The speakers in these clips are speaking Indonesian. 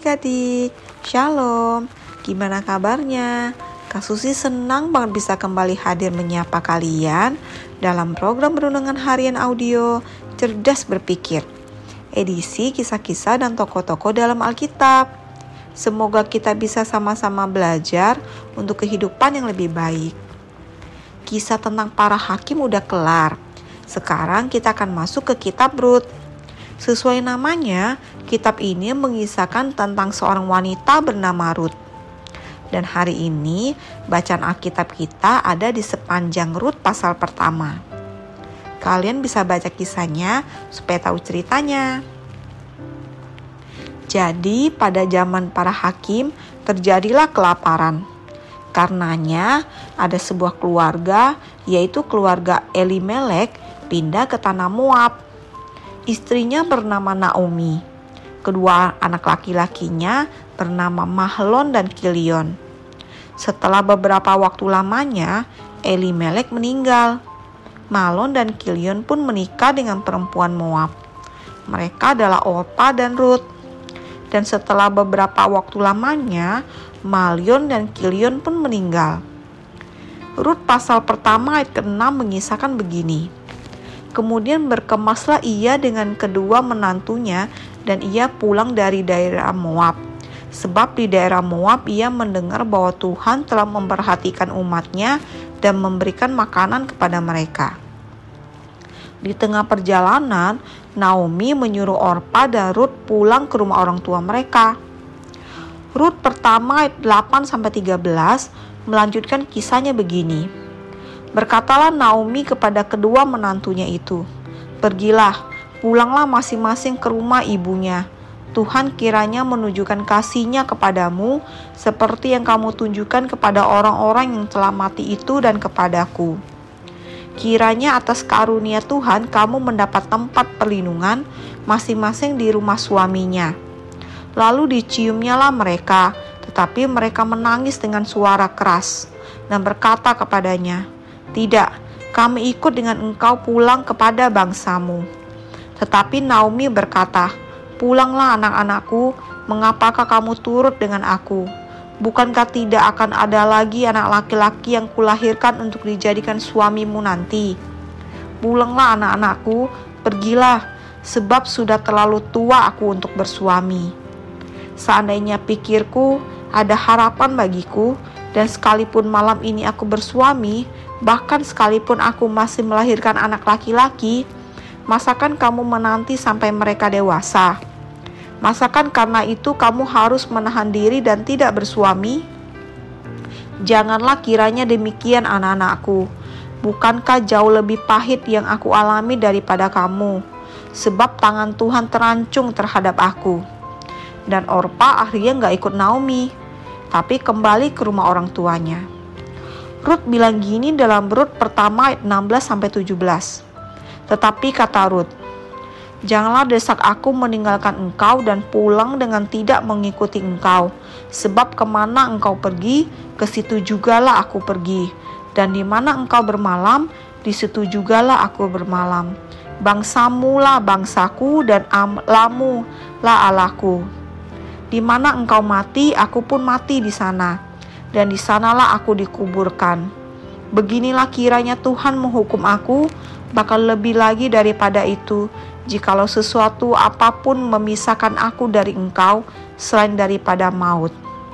adik-adik, Shalom. Gimana kabarnya? Kak Susi senang banget bisa kembali hadir menyapa kalian dalam program Renungan Harian Audio Cerdas Berpikir, edisi kisah-kisah dan tokoh-tokoh dalam Alkitab. Semoga kita bisa sama-sama belajar untuk kehidupan yang lebih baik. Kisah tentang para hakim udah kelar. Sekarang kita akan masuk ke kitab Rut. Sesuai namanya, kitab ini mengisahkan tentang seorang wanita bernama Rut. Dan hari ini, bacaan Alkitab kita ada di sepanjang Rut pasal pertama. Kalian bisa baca kisahnya supaya tahu ceritanya. Jadi, pada zaman para hakim, terjadilah kelaparan. Karenanya, ada sebuah keluarga, yaitu keluarga Elimelek, pindah ke tanah Moab. Istrinya bernama Naomi. Kedua anak laki-lakinya bernama Mahlon dan Kilion. Setelah beberapa waktu lamanya, Elimelek meninggal. Mahlon dan Kilion pun menikah dengan perempuan Moab. Mereka adalah Orpa dan Rut. Dan setelah beberapa waktu lamanya, Mahlon dan Kilion pun meninggal. Rut pasal pertama ayat ke-6 mengisahkan begini. Kemudian berkemaslah ia dengan kedua menantunya dan ia pulang dari daerah Moab. Sebab di daerah Moab ia mendengar bahwa Tuhan telah memperhatikan umatnya dan memberikan makanan kepada mereka. Di tengah perjalanan, Naomi menyuruh Orpa dan Rut pulang ke rumah orang tua mereka. Rut pertama ayat 8-13 melanjutkan kisahnya begini. Berkatalah Naomi kepada kedua menantunya itu, "Pergilah, pulanglah masing-masing ke rumah ibunya. Tuhan kiranya menunjukkan kasih-Nya kepadamu seperti yang kamu tunjukkan kepada orang-orang yang telah mati itu dan kepadaku. Kiranya atas karunia Tuhan kamu mendapat tempat perlindungan masing-masing di rumah suaminya." Lalu diciumnyalah mereka, tetapi mereka menangis dengan suara keras dan berkata kepadanya, "Tidak, kami ikut dengan engkau pulang kepada bangsamu." Tetapi Naomi berkata, "Pulanglah anak-anakku, mengapakah kamu turut dengan aku? Bukankah tidak akan ada lagi anak laki-laki yang kulahirkan untuk dijadikan suamimu nanti? Pulanglah anak-anakku, pergilah, sebab sudah terlalu tua aku untuk bersuami. Seandainya pikirku ada harapan bagiku, dan sekalipun malam ini aku bersuami, bahkan sekalipun aku masih melahirkan anak laki-laki, masakan kamu menanti sampai mereka dewasa? Masakan karena itu kamu harus menahan diri dan tidak bersuami? Janganlah kiranya demikian anak-anakku. Bukankah jauh lebih pahit yang aku alami daripada kamu? Sebab tangan Tuhan terancung terhadap aku." Dan Orpa akhirnya gak ikut Naomi, tapi kembali ke rumah orang tuanya. Rut bilang gini dalam Rut pertama ayat 16-17. Tetapi kata Rut, "Janganlah desak aku meninggalkan engkau dan pulang dengan tidak mengikuti engkau. Sebab kemana engkau pergi, ke situ jugalah aku pergi. Dan di mana engkau bermalam, di situ jugalah aku bermalam. Bangsamu lah bangsaku dan Allahmu lah Allahku. Di mana engkau mati, aku pun mati di sana. Dan di sanalah aku dikuburkan. Beginilah kiranya Tuhan menghukum aku, bahkan lebih lagi daripada itu, jikalau sesuatu apapun memisahkan aku dari engkau, selain daripada maut."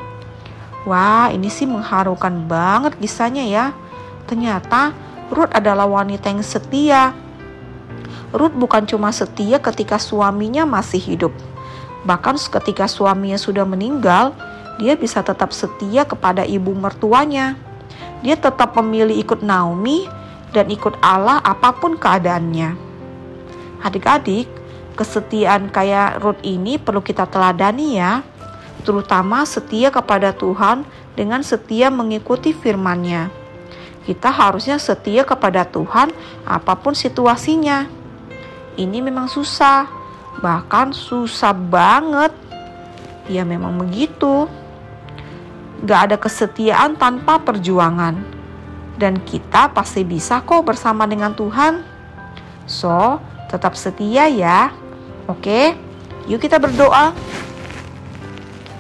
Wah, ini sih mengharukan banget kisahnya ya. Ternyata Rut adalah wanita yang setia. Rut bukan cuma setia ketika suaminya masih hidup. Bahkan ketika suaminya sudah meninggal, dia bisa tetap setia kepada ibu mertuanya. Dia tetap memilih ikut Naomi dan ikut Allah apapun keadaannya. Adik-adik, kesetiaan kayak Rut ini perlu kita teladani ya. Terutama setia kepada Tuhan dengan setia mengikuti firman-Nya. Kita harusnya setia kepada Tuhan apapun situasinya. Ini memang susah, bahkan susah banget. Ya memang begitu. Gak ada kesetiaan tanpa perjuangan. Dan kita pasti bisa kok bersama dengan Tuhan. So, tetap setia ya. Oke, yuk kita berdoa.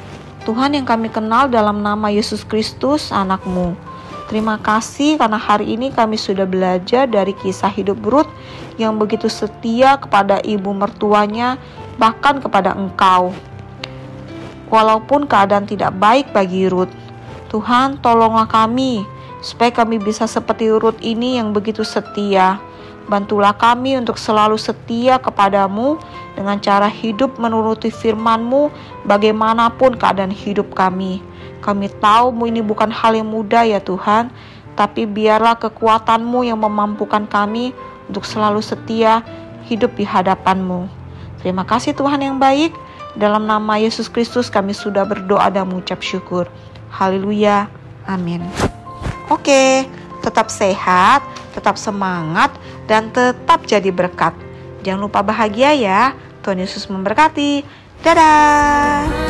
Tuhan yang kami kenal dalam nama Yesus Kristus, anak-Mu. Terima kasih karena hari ini kami sudah belajar dari kisah hidup Rut yang begitu setia kepada ibu mertuanya, bahkan kepada Engkau. Walaupun keadaan tidak baik bagi Rut, Tuhan tolonglah kami supaya kami bisa seperti Rut ini yang begitu setia. Bantulah kami untuk selalu setia kepadamu dengan cara hidup menuruti firman-Mu bagaimanapun keadaan hidup kami. Kami tahu ini bukan hal yang mudah ya Tuhan, tapi biarlah kekuatan-Mu yang memampukan kami untuk selalu setia hidup di hadapan-Mu. Terima kasih Tuhan yang baik, dalam nama Yesus Kristus kami sudah berdoa dan mengucap syukur. Haleluya, amin. Oke, tetap sehat, tetap semangat, dan tetap jadi berkat. Jangan lupa bahagia ya. Tuhan Yesus memberkati. Dadah.